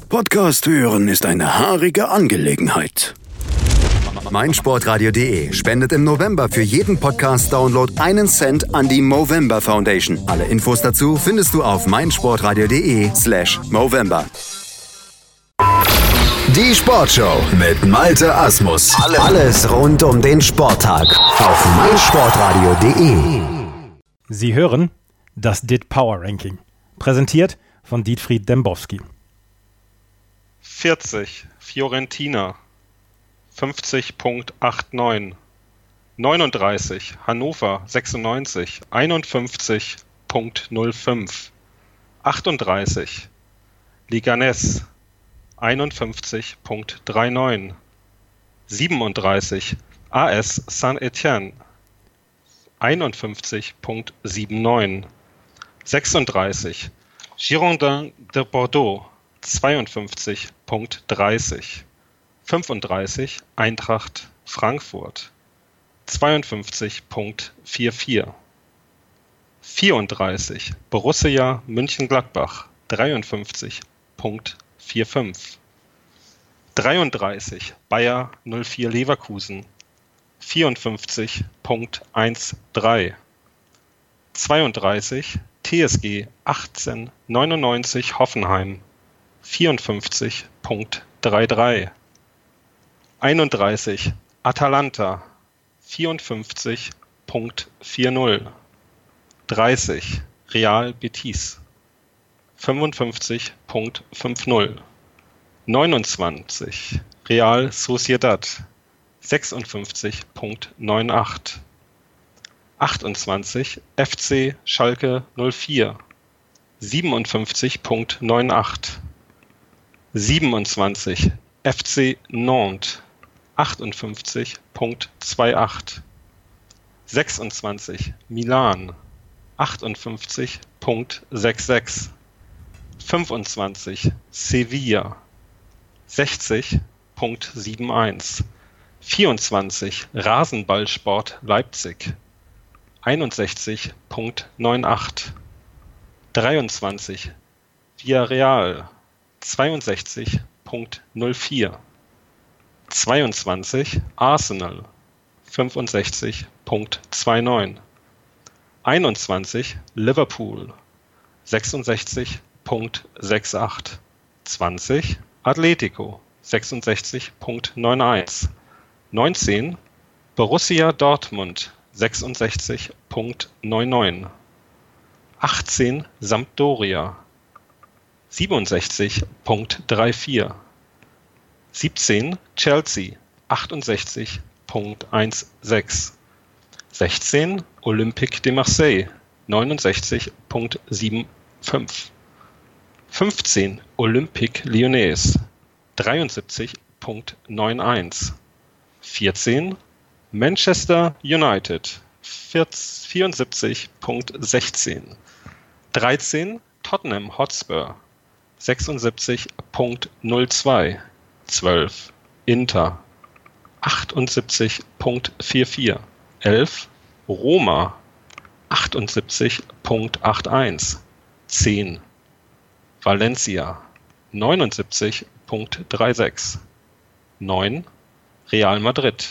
Podcast hören ist eine haarige Angelegenheit. meinsportradio.de spendet im November für jeden Podcast-Download 1 Cent an die Movember Foundation. Alle Infos dazu findest du auf meinsportradio.de/Movember. Die Sportshow mit Malte Asmus. Alles rund um den Sporttag auf meinsportradio.de. Sie hören das DIT Power Ranking, präsentiert von Dietfried Dembowski. 40 Fiorentina 50.89, 39 Hannover 96 51.05, 38 Leganés 51.39, 37 AS Saint-Étienne 51.79, 36 Girondins de Bordeaux 52.30, 35 Eintracht Frankfurt 52.44, 34 Borussia Mönchengladbach 53.45, 33 Bayer 04 Leverkusen 54.13, 32 TSG 1899 Hoffenheim 54.33, 31 Atalanta 54.40, 30 Real Betis 55.50, 29 Real Sociedad 56.98, 28 FC Schalke 04 57.98, 27 FC Nantes 58.28, 26 Milan 58.66, 25 Sevilla 60.71, 24 Rasenballsport Leipzig 61.98, 23 Villarreal 62.04, 22 Arsenal 65.29, 21 Liverpool 66.68, 20 Atletico 66.91, 19 Borussia Dortmund 66.99, 18 Sampdoria 67.34, 17 Chelsea 68.16, 16 Olympique de Marseille 69.75, 15 Olympique Lyonnais 73.91, 14 Manchester United 74.16, 13 Tottenham Hotspur 76.02, 12 Inter 78.44, 11 Roma 78.81, 10 Valencia 79.36, 9 Real Madrid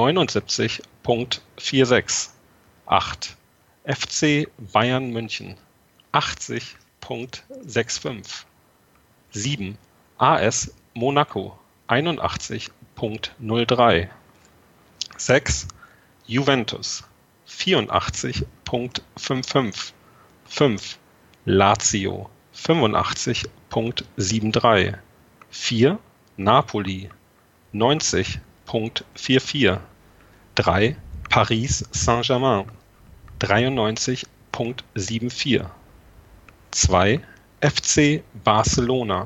79.46, 8 FC Bayern München 80.65, 7 AS Monaco 81.03, 6 Juventus 84.55, 5 Lazio 85.73, 4 Napoli 90.44, 3 Paris Saint-Germain 93.74, 2 FC Barcelona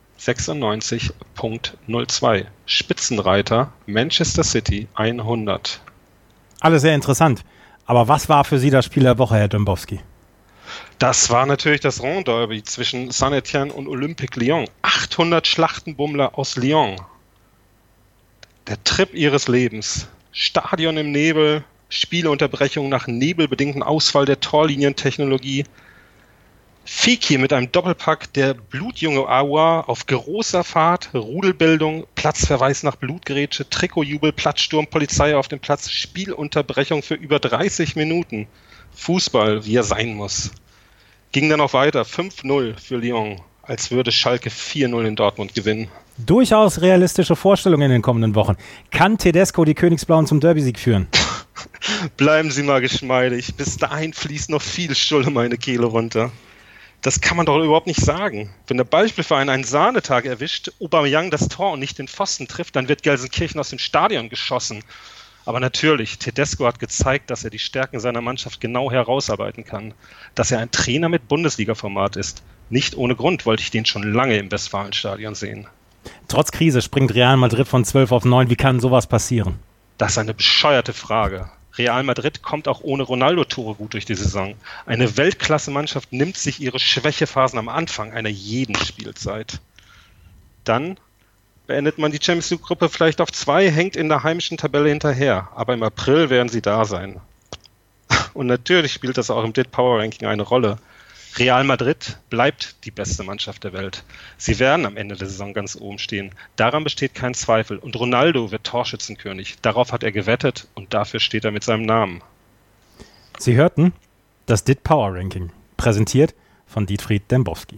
96.02, Spitzenreiter Manchester City 100. Alles sehr interessant. Aber was war für Sie das Spiel der Woche, Herr Dembowski? Das war natürlich das Rhône-Derby zwischen Saint-Étienne und Olympique Lyon. 800 Schlachtenbummler aus Lyon. Der Trip ihres Lebens. Stadion im Nebel, Spielunterbrechung nach nebelbedingtem Ausfall der Torlinientechnologie. Fiki mit einem Doppelpack, der blutjunge Aua auf großer Fahrt, Rudelbildung, Platzverweis nach Blutgrätsche, Trikotjubel, Platzsturm, Polizei auf dem Platz, Spielunterbrechung für über 30 Minuten. Fußball, wie er sein muss. Ging dann auch weiter, 5-0 für Lyon, als würde Schalke 4-0 in Dortmund gewinnen. Durchaus realistische Vorstellungen in den kommenden Wochen. Kann Tedesco die Königsblauen zum Derby-Sieg führen? Bleiben Sie mal geschmeidig. Bis dahin fließt noch viel Schuld in meine Kehle runter. Das kann man doch überhaupt nicht sagen. Wenn der Ballspielverein einen Sahnetag erwischt, Aubameyang das Tor und nicht den Pfosten trifft, dann wird Gelsenkirchen aus dem Stadion geschossen. Aber natürlich, Tedesco hat gezeigt, dass er die Stärken seiner Mannschaft genau herausarbeiten kann. Dass er ein Trainer mit Bundesliga-Format ist. Nicht ohne Grund wollte ich den schon lange im Westfalenstadion sehen. Trotz Krise springt Real Madrid von 12 auf 9. Wie kann sowas passieren? Das ist eine bescheuerte Frage. Real Madrid kommt auch ohne Ronaldo-Tore gut durch die Saison. Eine Weltklasse-Mannschaft nimmt sich ihre Schwächephasen am Anfang einer jeden Spielzeit. Dann beendet man die Champions League-Gruppe vielleicht auf 2, hängt in der heimischen Tabelle hinterher. Aber im April werden sie da sein. Und natürlich spielt das auch im DIT Power Ranking eine Rolle. Real Madrid bleibt die beste Mannschaft der Welt. Sie werden am Ende der Saison ganz oben stehen. Daran besteht kein Zweifel. Und Ronaldo wird Torschützenkönig. Darauf hat er gewettet und dafür steht er mit seinem Namen. Sie hörten das DIT Power Ranking, präsentiert von Dietfried Dembowski.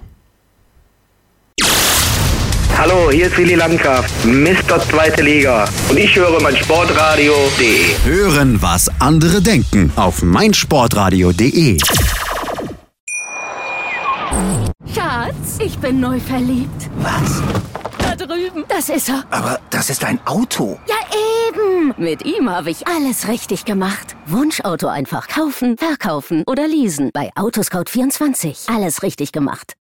Hallo, hier ist Willi Landgraf, Mr. Zweite Liga. Und ich höre meinsportradio.de. Hören, was andere denken auf meinsportradio.de. Schatz, ich bin neu verliebt. Was? Da drüben. Das ist er. Aber das ist ein Auto. Ja, eben. Mit ihm habe ich alles richtig gemacht. Wunschauto einfach kaufen, verkaufen oder leasen. Bei Autoscout24. Alles richtig gemacht.